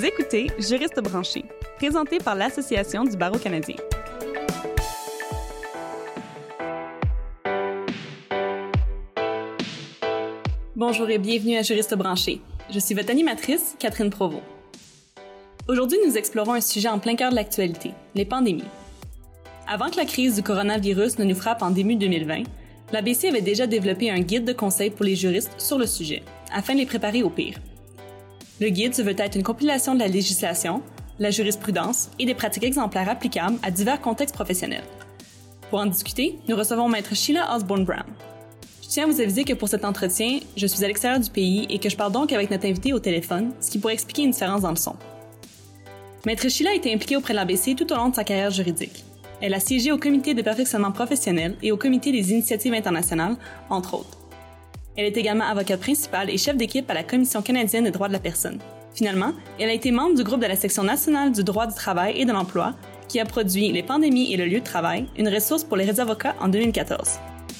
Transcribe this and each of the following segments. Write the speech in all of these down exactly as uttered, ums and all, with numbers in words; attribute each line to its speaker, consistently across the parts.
Speaker 1: Vous écoutez Juristes branchés, présenté par l'Association du barreau canadien. Bonjour et bienvenue à Juristes branchés. Je suis votre animatrice, Catherine Provost. Aujourd'hui, nous explorons un sujet en plein cœur de l'actualité, les pandémies. Avant que la crise du coronavirus ne nous frappe en début deux mille vingt, l'A B C avait déjà développé un guide de conseils pour les juristes sur le sujet, afin de les préparer au pire. Le guide se veut être une compilation de la législation, la jurisprudence et des pratiques exemplaires applicables à divers contextes professionnels. Pour en discuter, nous recevons Maître Sheila Osborne-Brown. Je tiens à vous aviser que pour cet entretien, je suis à l'extérieur du pays et que je parle donc avec notre invité au téléphone, ce qui pourrait expliquer une différence dans le son. Maître Sheila a été impliquée auprès de l'A B C tout au long de sa carrière juridique. Elle a siégé au comité de perfectionnement professionnel et au comité des initiatives internationales, entre autres. Elle est également avocate principale et chef d'équipe à la Commission canadienne des droits de la personne. Finalement, elle a été membre du groupe de la section nationale du droit du travail et de l'emploi, qui a produit Les pandémies et le lieu de travail, une ressource pour les avocats en deux mille quatorze.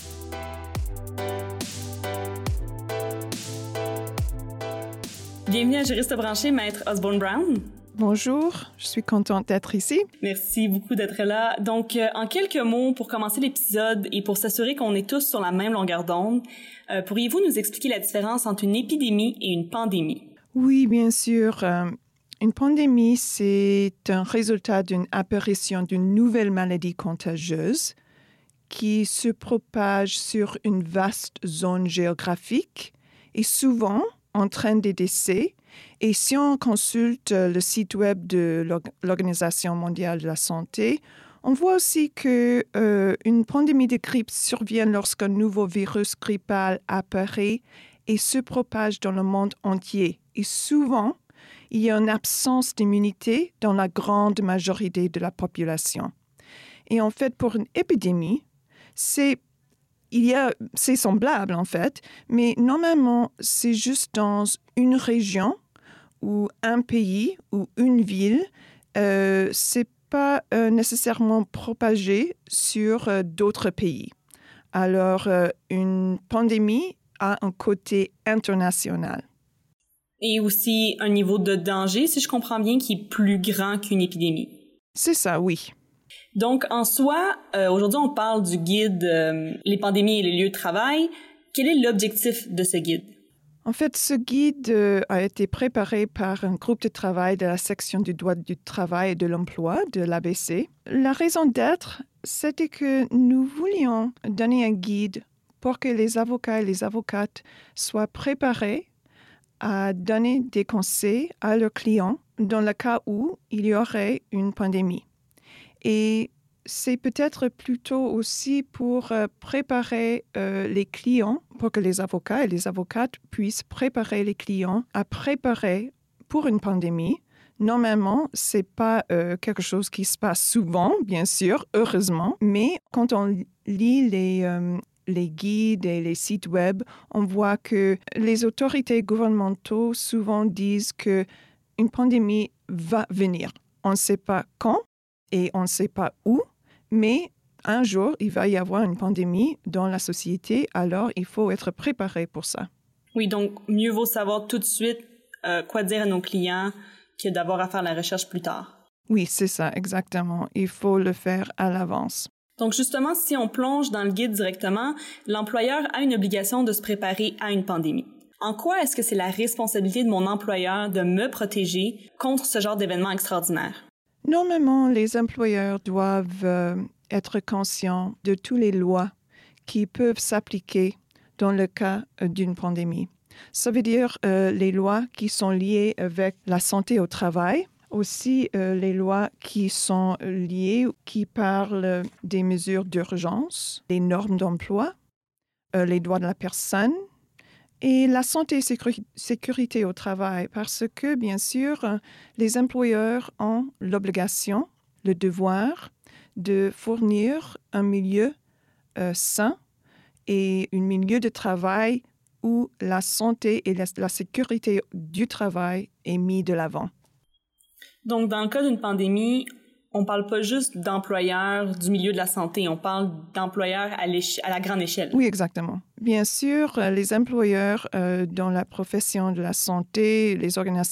Speaker 1: Bienvenue à Juristes branchés, Maître Osborne-Brown.
Speaker 2: Bonjour, je suis contente d'être ici.
Speaker 1: Merci beaucoup d'être là. Donc, euh, en quelques mots, pour commencer l'épisode et pour s'assurer qu'on est tous sur la même longueur d'onde, euh, pourriez-vous nous expliquer la différence entre une épidémie et une pandémie?
Speaker 2: Oui, bien sûr. Euh, une pandémie, c'est un résultat d'une apparition d'une nouvelle maladie contagieuse qui se propage sur une vaste zone géographique et souvent entraîne des décès. Et si on consulte le site web de l'Organisation mondiale de la santé, on voit aussi qu'une euh, pandémie de grippe survient lorsqu'un nouveau virus grippal apparaît et se propage dans le monde entier. Et souvent, il y a une absence d'immunité dans la grande majorité de la population. Et en fait, pour une épidémie, c'est Il y a, c'est semblable en fait, mais normalement, c'est juste dans une région ou un pays ou une ville. Euh, c'est pas euh, nécessairement propagé sur euh, d'autres pays. Alors, euh, une pandémie a un côté international.
Speaker 1: Et aussi un niveau de danger, si je comprends bien, qui est plus grand qu'une épidémie.
Speaker 2: C'est ça, oui.
Speaker 1: Donc, en soi, euh, aujourd'hui, on parle du guide euh, Les pandémies et les lieux de travail. Quel est l'objectif de ce guide?
Speaker 2: En fait, ce guide euh, a été préparé par un groupe de travail de la section du droit du travail et de l'emploi de l'A B C. La raison d'être, c'était que nous voulions donner un guide pour que les avocats et les avocates soient préparés à donner des conseils à leurs clients dans le cas où il y aurait une pandémie. Et c'est peut-être plutôt aussi pour euh, préparer euh, les clients, pour que les avocats et les avocates puissent préparer les clients à préparer pour une pandémie. Normalement, ce n'est pas euh, quelque chose qui se passe souvent, bien sûr, heureusement, mais quand on lit les, euh, les guides et les sites web, on voit que les autorités gouvernementales souvent disent qu'une pandémie va venir. On ne sait pas quand. Et on ne sait pas où, mais un jour, il va y avoir une pandémie dans la société, alors il faut être préparé pour ça.
Speaker 1: Oui, donc mieux vaut savoir tout de suite euh, quoi dire à nos clients que d'avoir à faire la recherche plus tard.
Speaker 2: Oui, c'est ça, exactement. Il faut le faire à l'avance.
Speaker 1: Donc justement, si on plonge dans le guide directement, l'employeur a une obligation de se préparer à une pandémie. En quoi est-ce que c'est la responsabilité de mon employeur de me protéger contre ce genre d'événement extraordinaire?
Speaker 2: Normalement, les employeurs doivent euh, être conscients de toutes les lois qui peuvent s'appliquer dans le cas euh, d'une pandémie. Ça veut dire euh, les lois qui sont liées avec la santé au travail, aussi euh, les lois qui sont liées, qui parlent des mesures d'urgence, les normes d'emploi, euh, les droits de la personne, et la santé et sécurité, sécurité au travail, parce que, bien sûr, les employeurs ont l'obligation, le devoir de fournir un milieu euh, sain et un milieu de travail où la santé et la, la sécurité du travail est mis de l'avant.
Speaker 1: Donc, dans le cas d'une pandémie, on ne parle pas juste d'employeurs du milieu de la santé, on parle d'employeurs à, à la grande échelle.
Speaker 2: Oui, exactement. Bien sûr, les employeurs euh, dans la profession de la santé, les organis-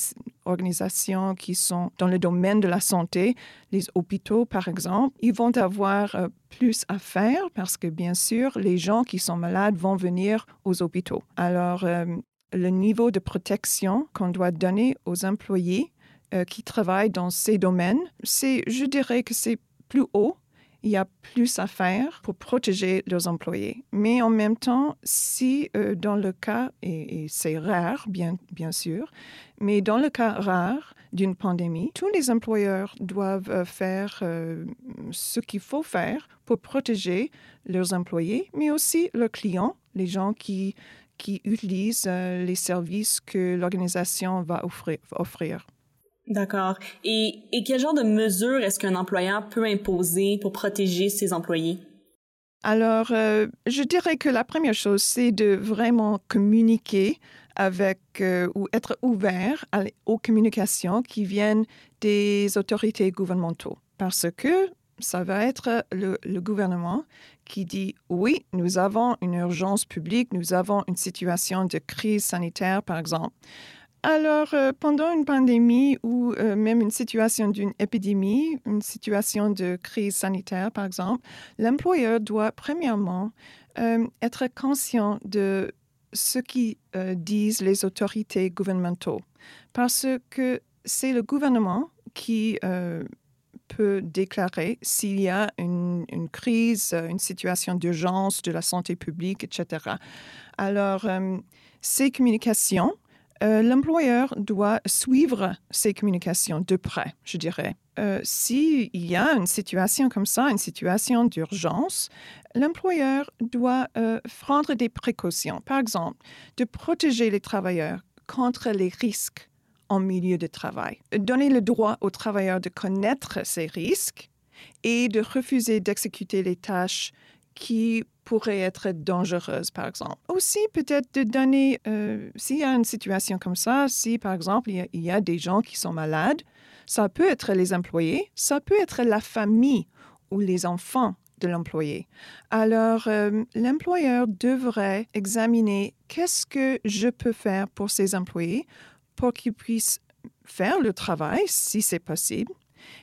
Speaker 2: organisations qui sont dans le domaine de la santé, les hôpitaux par exemple, ils vont avoir euh, plus à faire parce que bien sûr, les gens qui sont malades vont venir aux hôpitaux. Alors, euh, le niveau de protection qu'on doit donner aux employés euh, qui travaillent dans ces domaines, c'est, je dirais que c'est plus haut. Il y a plus à faire pour protéger leurs employés. Mais en même temps, si euh, dans le cas, et, et c'est rare, bien, bien sûr, mais dans le cas rare d'une pandémie, tous les employeurs doivent euh, faire euh, ce qu'il faut faire pour protéger leurs employés, mais aussi leurs clients, les gens qui, qui utilisent euh, les services que l'organisation va offrir. offrir.
Speaker 1: D'accord. Et, et quel genre de mesures est-ce qu'un employeur peut imposer pour protéger ses employés?
Speaker 2: Alors, euh, je dirais que la première chose, c'est de vraiment communiquer avec euh, ou être ouvert à, aux communications qui viennent des autorités gouvernementales. Parce que ça va être le, le gouvernement qui dit « Oui, nous avons une urgence publique, nous avons une situation de crise sanitaire, par exemple. » Alors, euh, pendant une pandémie ou euh, même une situation d'une épidémie, une situation de crise sanitaire, par exemple, l'employeur doit premièrement euh, être conscient de ce qui euh, disent les autorités gouvernementales, parce que c'est le gouvernement qui euh, peut déclarer s'il y a une, une crise, une situation d'urgence de la santé publique, et cetera. Alors, euh, ces communications, Euh, l'employeur doit suivre ces communications de près, je dirais. Euh, s'il y a une situation comme ça, une situation d'urgence, l'employeur doit euh, prendre des précautions. Par exemple, de protéger les travailleurs contre les risques en milieu de travail. Donner le droit aux travailleurs de connaître ces risques et de refuser d'exécuter les tâches qui pourraient être dangereuses, par exemple. Aussi, peut-être de donner, euh, s'il y a une situation comme ça, si, par exemple, il y, a, il y a des gens qui sont malades, ça peut être les employés, ça peut être la famille ou les enfants de l'employé. Alors, euh, l'employeur devrait examiner qu'est-ce que je peux faire pour ces employés pour qu'ils puissent faire le travail, si c'est possible.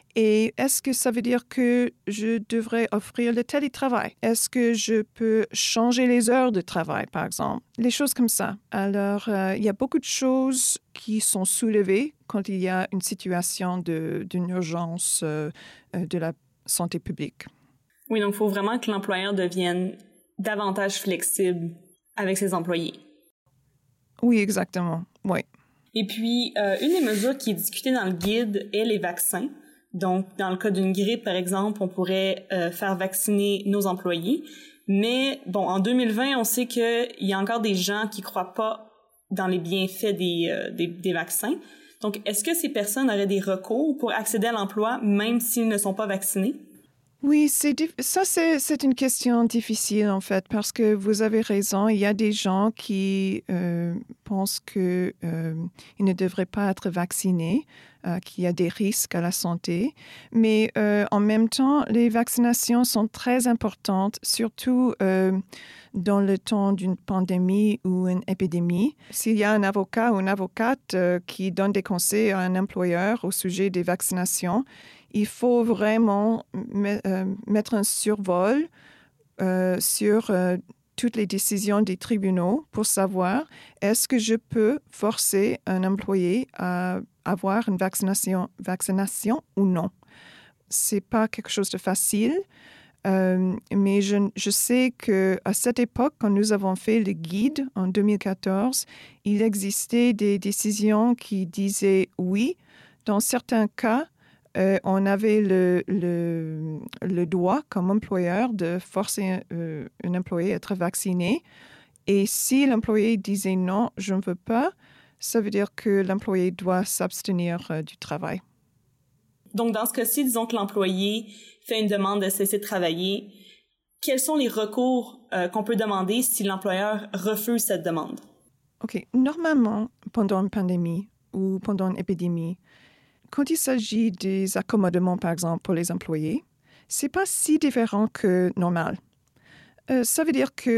Speaker 2: Et est-ce que ça veut dire que je devrais offrir le télétravail? Est-ce que je peux changer les heures de travail, par exemple? Les choses comme ça. Alors, euh, il y a beaucoup de choses qui sont soulevées quand il y a une situation de, d'une urgence euh, de la santé publique.
Speaker 1: Oui, donc il faut vraiment que l'employeur devienne davantage flexible avec ses employés.
Speaker 2: Oui, exactement. Oui.
Speaker 1: Et puis, euh, une des mesures qui est discutée dans le guide est les vaccins. Donc, dans le cas d'une grippe, par exemple, on pourrait euh, faire vacciner nos employés. Mais, bon, en deux mille vingt, on sait qu'il y a encore des gens qui ne croient pas dans les bienfaits des, euh, des, des vaccins. Donc, est-ce que ces personnes auraient des recours pour accéder à l'emploi, même s'ils ne sont pas vaccinés?
Speaker 2: Oui, c'est, ça, c'est, c'est une question difficile, en fait, parce que vous avez raison. Il y a des gens qui euh, pensent qu'ils euh, ne devraient pas être vaccinés, euh, qu'il y a des risques à la santé. Mais euh, en même temps, les vaccinations sont très importantes, surtout euh, dans le temps d'une pandémie ou une épidémie. S'il y a un avocat ou une avocate euh, qui donne des conseils à un employeur au sujet des vaccinations, il faut vraiment mettre un survol euh, sur euh, toutes les décisions des tribunaux pour savoir est-ce que je peux forcer un employé à avoir une vaccination, vaccination ou non. Ce n'est pas quelque chose de facile, euh, mais je, je sais qu'à cette époque, quand nous avons fait le guide en deux mille quatorze, il existait des décisions qui disaient oui. Dans certains cas, Euh, on avait le, le, le droit comme employeur de forcer euh, un employé à être vacciné. Et si l'employé disait non, je ne veux pas, ça veut dire que l'employé doit s'abstenir euh, du travail.
Speaker 1: Donc, dans ce cas-ci, disons que l'employé fait une demande de cesser de travailler. Quels sont les recours euh, qu'on peut demander si l'employeur refuse cette demande?
Speaker 2: OK. Normalement, pendant une pandémie ou pendant une épidémie, quand il s'agit des accommodements, par exemple, pour les employés, ce n'est pas si différent que normal. Euh, ça veut dire que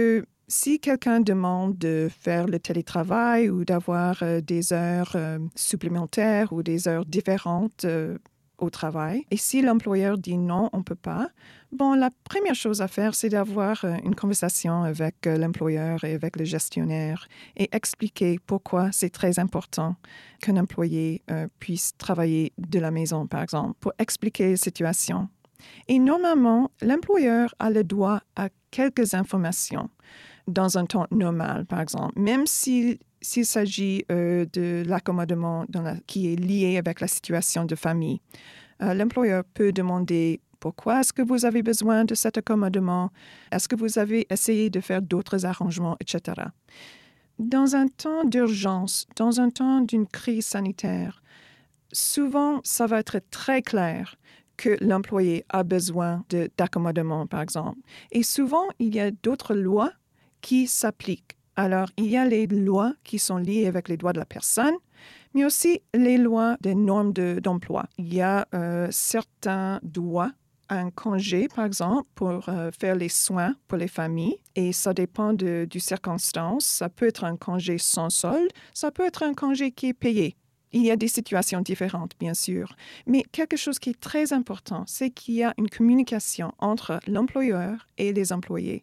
Speaker 2: si quelqu'un demande de faire le télétravail ou d'avoir euh, des heures euh, supplémentaires ou des heures différentes euh, au travail, et si l'employeur dit non, on ne peut pas, bon, la première chose à faire, c'est d'avoir euh, une conversation avec euh, l'employeur et avec le gestionnaire et expliquer pourquoi c'est très important qu'un employé euh, puisse travailler de la maison, par exemple, pour expliquer la situation. Et normalement, l'employeur a le droit à quelques informations dans un temps normal, par exemple, même s'il, s'il s'agit euh, de l'accommodement dans la, qui est lié avec la situation de famille. Euh, l'employeur peut demander pourquoi est-ce que vous avez besoin de cet accommodement, est-ce que vous avez essayé de faire d'autres arrangements, et cetera. Dans un temps d'urgence, dans un temps d'une crise sanitaire, souvent, ça va être très clair que l'employé a besoin de, d'accommodement, par exemple. Et souvent, il y a d'autres lois qui s'appliquent. Alors, il y a les lois qui sont liées avec les droits de la personne, mais aussi les lois des normes de, d'emploi. Il y a euh, certains droits à un congé, par exemple, pour euh, faire les soins pour les familles. Et ça dépend de, du circonstance. Ça peut être un congé sans solde, ça peut être un congé qui est payé. Il y a des situations différentes, bien sûr. Mais quelque chose qui est très important, c'est qu'il y a une communication entre l'employeur et les employés.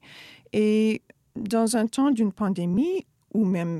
Speaker 2: Et dans un temps d'une pandémie, ou même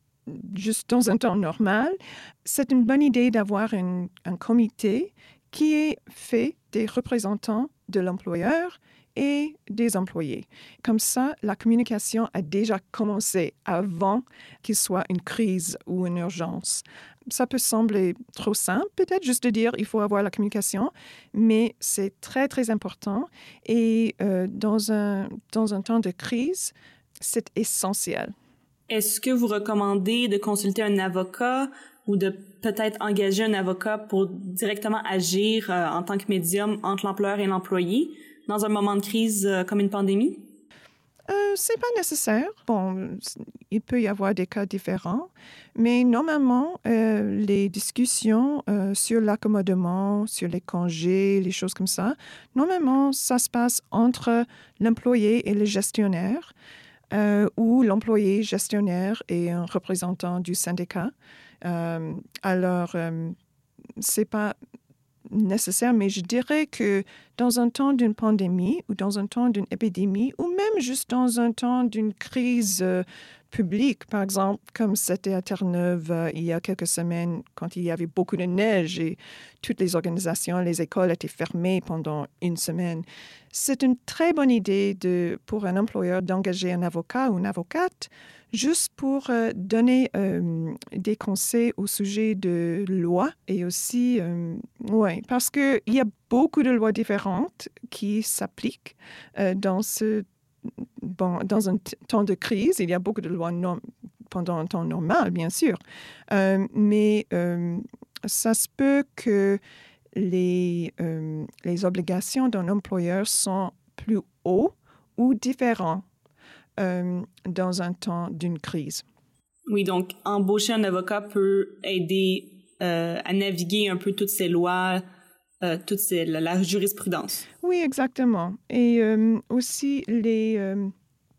Speaker 2: juste dans un temps normal, c'est une bonne idée d'avoir une, un comité qui est fait des représentants de l'employeur et des employés. Comme ça, la communication a déjà commencé avant qu'il soit une crise ou une urgence. Ça peut sembler trop simple, peut-être, juste de dire il faut avoir la communication, mais c'est très, très important. Et euh, dans un, dans un temps de crise, c'est essentiel.
Speaker 1: Est-ce que vous recommandez de consulter un avocat ou de peut-être engager un avocat pour directement agir euh, en tant que médium entre l'employeur et l'employé dans un moment de crise euh, comme une pandémie?
Speaker 2: Euh, c'est pas nécessaire. Bon, il peut y avoir des cas différents, mais normalement, euh, les discussions euh, sur l'accommodement, sur les congés, les choses comme ça, normalement, ça se passe entre l'employé et le gestionnaire, euh, ou l'employé gestionnaire et un représentant du syndicat. Euh, alors, euh, c'est pas nécessaire, mais je dirais que dans un temps d'une pandémie ou dans un temps d'une épidémie ou même juste dans un temps d'une crise euh, publique, par exemple, comme c'était à Terre-Neuve euh, il y a quelques semaines quand il y avait beaucoup de neige et toutes les organisations, les écoles étaient fermées pendant une semaine. C'est une très bonne idée de, pour un employeur d'engager un avocat ou une avocate juste pour euh, donner euh, des conseils au sujet de lois et aussi, euh, oui, parce qu'il y a beaucoup de lois différentes qui s'appliquent euh, dans, ce, bon, dans un t- temps de crise. Il y a beaucoup de lois non, pendant un temps normal, bien sûr, euh, mais euh, ça se peut que les, euh, les obligations d'un employeur sont plus hautes ou différentes Euh, dans un temps d'une crise.
Speaker 1: Oui, donc embaucher un avocat peut aider euh, à naviguer un peu toutes ces lois, euh, toute ces, la, la jurisprudence.
Speaker 2: Oui, exactement. Et euh, aussi les, euh,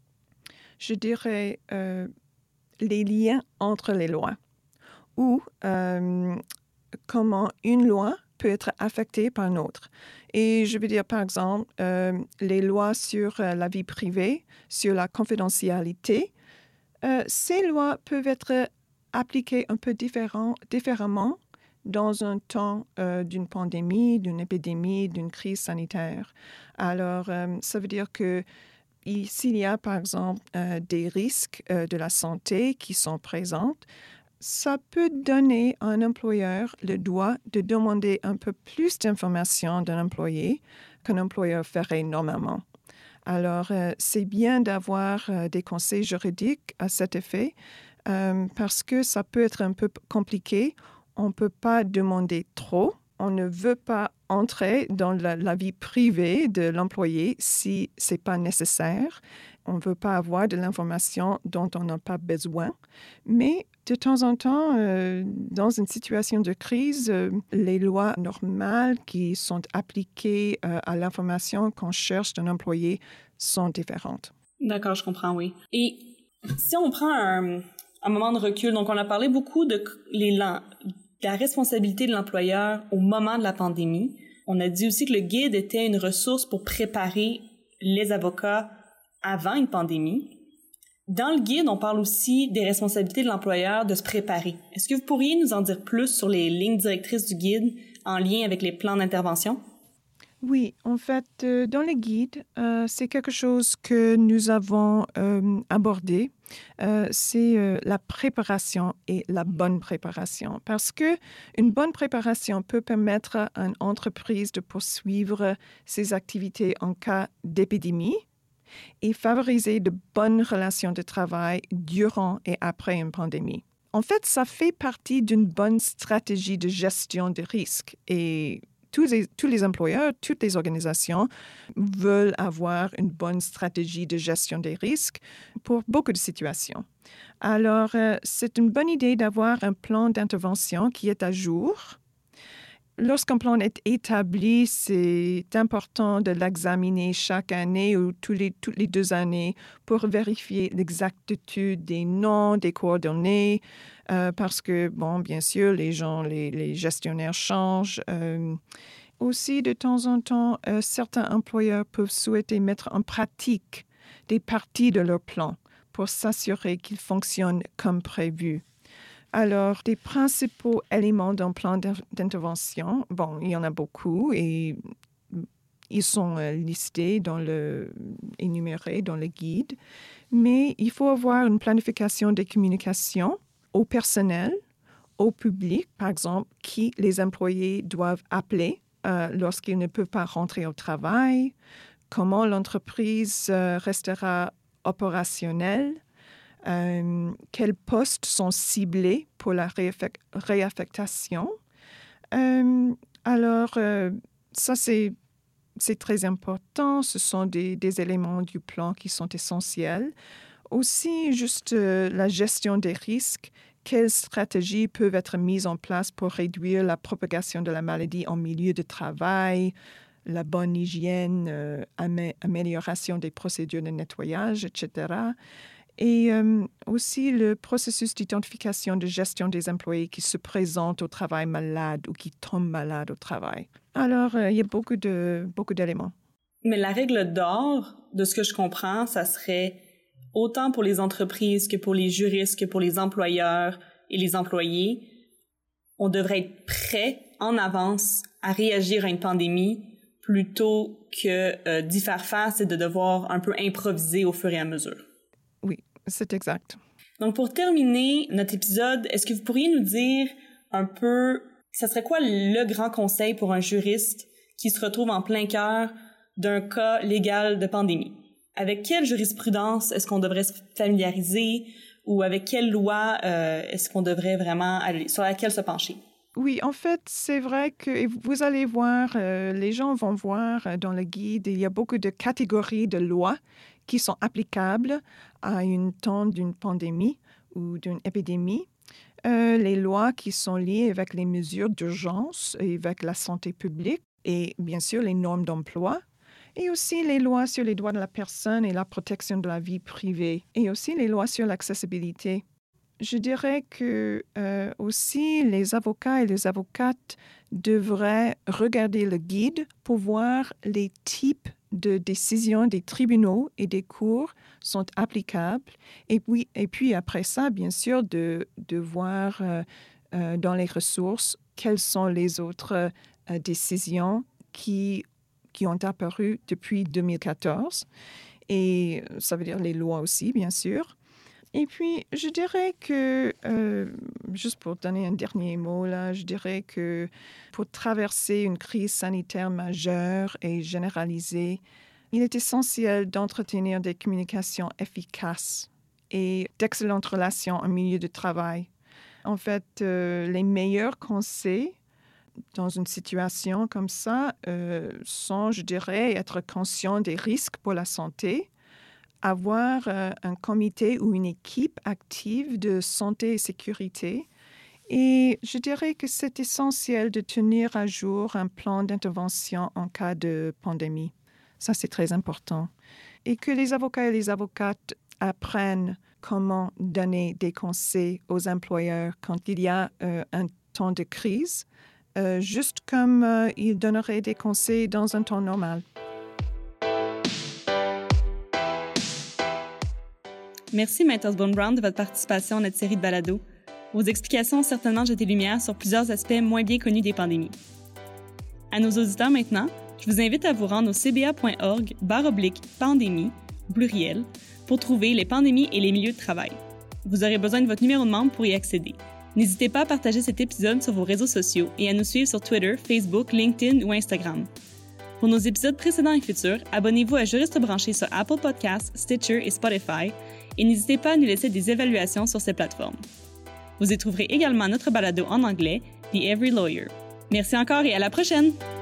Speaker 2: je dirais, euh, les liens entre les lois ou euh, comment une loi peut être affectée par une autre. Et je veux dire, par exemple, euh, les lois sur euh, la vie privée, sur la confidentialité, euh, ces lois peuvent être appliquées un peu différent, différemment dans un temps euh, d'une pandémie, d'une épidémie, d'une crise sanitaire. Alors, euh, ça veut dire que s'il y a, par exemple, euh, des risques euh, de la santé qui sont présents, ça peut donner à un employeur le droit de demander un peu plus d'informations d'un employé qu'un employeur ferait normalement. Alors, euh, c'est bien d'avoir euh, des conseils juridiques à cet effet euh, parce que ça peut être un peu compliqué. On ne peut pas demander trop. On ne veut pas entrer dans la, la vie privée de l'employé si ce n'est pas nécessaire. On ne veut pas avoir de l'information dont on n'a pas besoin. Mais de temps en temps, euh, dans une situation de crise, euh, les lois normales qui sont appliquées euh, à l'information qu'on cherche d'un employé sont différentes.
Speaker 1: D'accord, je comprends, oui. Et si on prend un, un moment de recul, donc on a parlé beaucoup de les, la responsabilité de l'employeur au moment de la pandémie. On a dit aussi que le guide était une ressource pour préparer les avocats avant une pandémie. Dans le guide, on parle aussi des responsabilités de l'employeur de se préparer. Est-ce que vous pourriez nous en dire plus sur les lignes directrices du guide en lien avec les plans d'intervention?
Speaker 2: Oui, en fait, euh, dans le guide, euh, c'est quelque chose que nous avons euh, abordé. Euh, c'est euh, la préparation et la bonne préparation. Parce que une bonne préparation peut permettre à une entreprise de poursuivre ses activités en cas d'épidémie et favoriser de bonnes relations de travail durant et après une pandémie. En fait, ça fait partie d'une bonne stratégie de gestion des risques et tous les, tous les employeurs, toutes les organisations veulent avoir une bonne stratégie de gestion des risques pour beaucoup de situations. Alors, euh, c'est une bonne idée d'avoir un plan d'intervention qui est à jour. Lorsqu'un plan est établi, c'est important de l'examiner chaque année ou tous les, toutes les deux années pour vérifier l'exactitude des noms, des coordonnées, euh, parce que, bon, bien sûr, les gens, les, les gestionnaires changent. Euh, aussi, de temps en temps, euh, certains employeurs peuvent souhaiter mettre en pratique des parties de leur plan pour s'assurer qu'il fonctionne comme prévu. Alors, les principaux éléments d'un plan d'intervention, bon, il y en a beaucoup et ils sont listés dans le, énumérés dans le guide, mais il faut avoir une planification des communications au personnel, au public, par exemple, qui les employés doivent appeler euh, lorsqu'ils ne peuvent pas rentrer au travail, comment l'entreprise euh, restera opérationnelle, Euh, quels postes sont ciblés pour la réaffect- réaffectation. Euh, alors, euh, ça, c'est, c'est très important. Ce sont des, des éléments du plan qui sont essentiels. Aussi, juste euh, la gestion des risques. Quelles stratégies peuvent être mises en place pour réduire la propagation de la maladie en milieu de travail, la bonne hygiène, euh, amé- amélioration des procédures de nettoyage, et cetera. Et euh, aussi le processus d'identification de gestion des employés qui se présentent au travail malades ou qui tombent malades au travail. Alors, euh, il y a beaucoup de, beaucoup d'éléments.
Speaker 1: Mais la règle d'or, de ce que je comprends, ça serait autant pour les entreprises que pour les juristes, que pour les employeurs et les employés, on devrait être prêt en avance à réagir à une pandémie plutôt que euh, d'y faire face et de devoir un peu improviser au fur et à mesure.
Speaker 2: Oui, c'est exact.
Speaker 1: Donc, pour terminer notre épisode, est-ce que vous pourriez nous dire un peu, ça serait quoi le grand conseil pour un juriste qui se retrouve en plein cœur d'un cas légal de pandémie? Avec quelle jurisprudence est-ce qu'on devrait se familiariser ou avec quelle loi euh, est-ce qu'on devrait vraiment aller, sur laquelle se pencher?
Speaker 2: Oui, en fait, c'est vrai que vous allez voir, euh, les gens vont voir euh, dans le guide, il y a beaucoup de catégories de lois qui sont applicables à une temps d'une pandémie ou d'une épidémie. Euh, les lois qui sont liées avec les mesures d'urgence et avec la santé publique et bien sûr les normes d'emploi et aussi les lois sur les droits de la personne et la protection de la vie privée et aussi les lois sur l'accessibilité. Je dirais que euh, aussi les avocats et les avocates devraient regarder le guide pour voir les types de décisions des tribunaux et des cours sont applicables. Et puis, et puis après ça, bien sûr, de, de voir euh, euh, dans les ressources quelles sont les autres euh, décisions qui, qui ont apparu depuis deux mille quatorze. Et ça veut dire les lois aussi, bien sûr. Et puis, je dirais que, euh, juste pour donner un dernier mot, là, je dirais que pour traverser une crise sanitaire majeure et généralisée, il est essentiel d'entretenir des communications efficaces et d'excellentes relations en milieu de travail. En fait, euh, les meilleurs conseils dans une situation comme ça euh, sont, je dirais, être conscient des risques pour la santé, avoir euh, un comité ou une équipe active de santé et sécurité. Et je dirais que c'est essentiel de tenir à jour un plan d'intervention en cas de pandémie. Ça, c'est très important. et que les avocats et les avocates apprennent comment donner des conseils aux employeurs quand il y a euh, un temps de crise, euh, juste comme euh, ils donneraient des conseils dans un temps normal.
Speaker 1: Merci, Maître Osborne-Brown, de votre participation à notre série de balados. Vos explications ont certainement jeté lumière sur plusieurs aspects moins bien connus des pandémies. À nos auditeurs maintenant, je vous invite à vous rendre au c b a point org barre oblique pandémie, pluriel, pour trouver les pandémies et les milieux de travail. Vous aurez besoin de votre numéro de membre pour y accéder. N'hésitez pas à partager cet épisode sur vos réseaux sociaux et à nous suivre sur Twitter, Facebook, LinkedIn ou Instagram. Pour nos épisodes précédents et futurs, abonnez-vous à Juristes branchés sur Apple Podcasts, Stitcher et Spotify et n'hésitez pas à nous laisser des évaluations sur ces plateformes. Vous y trouverez également notre balado en anglais, The Every Lawyer. Merci encore et à la prochaine!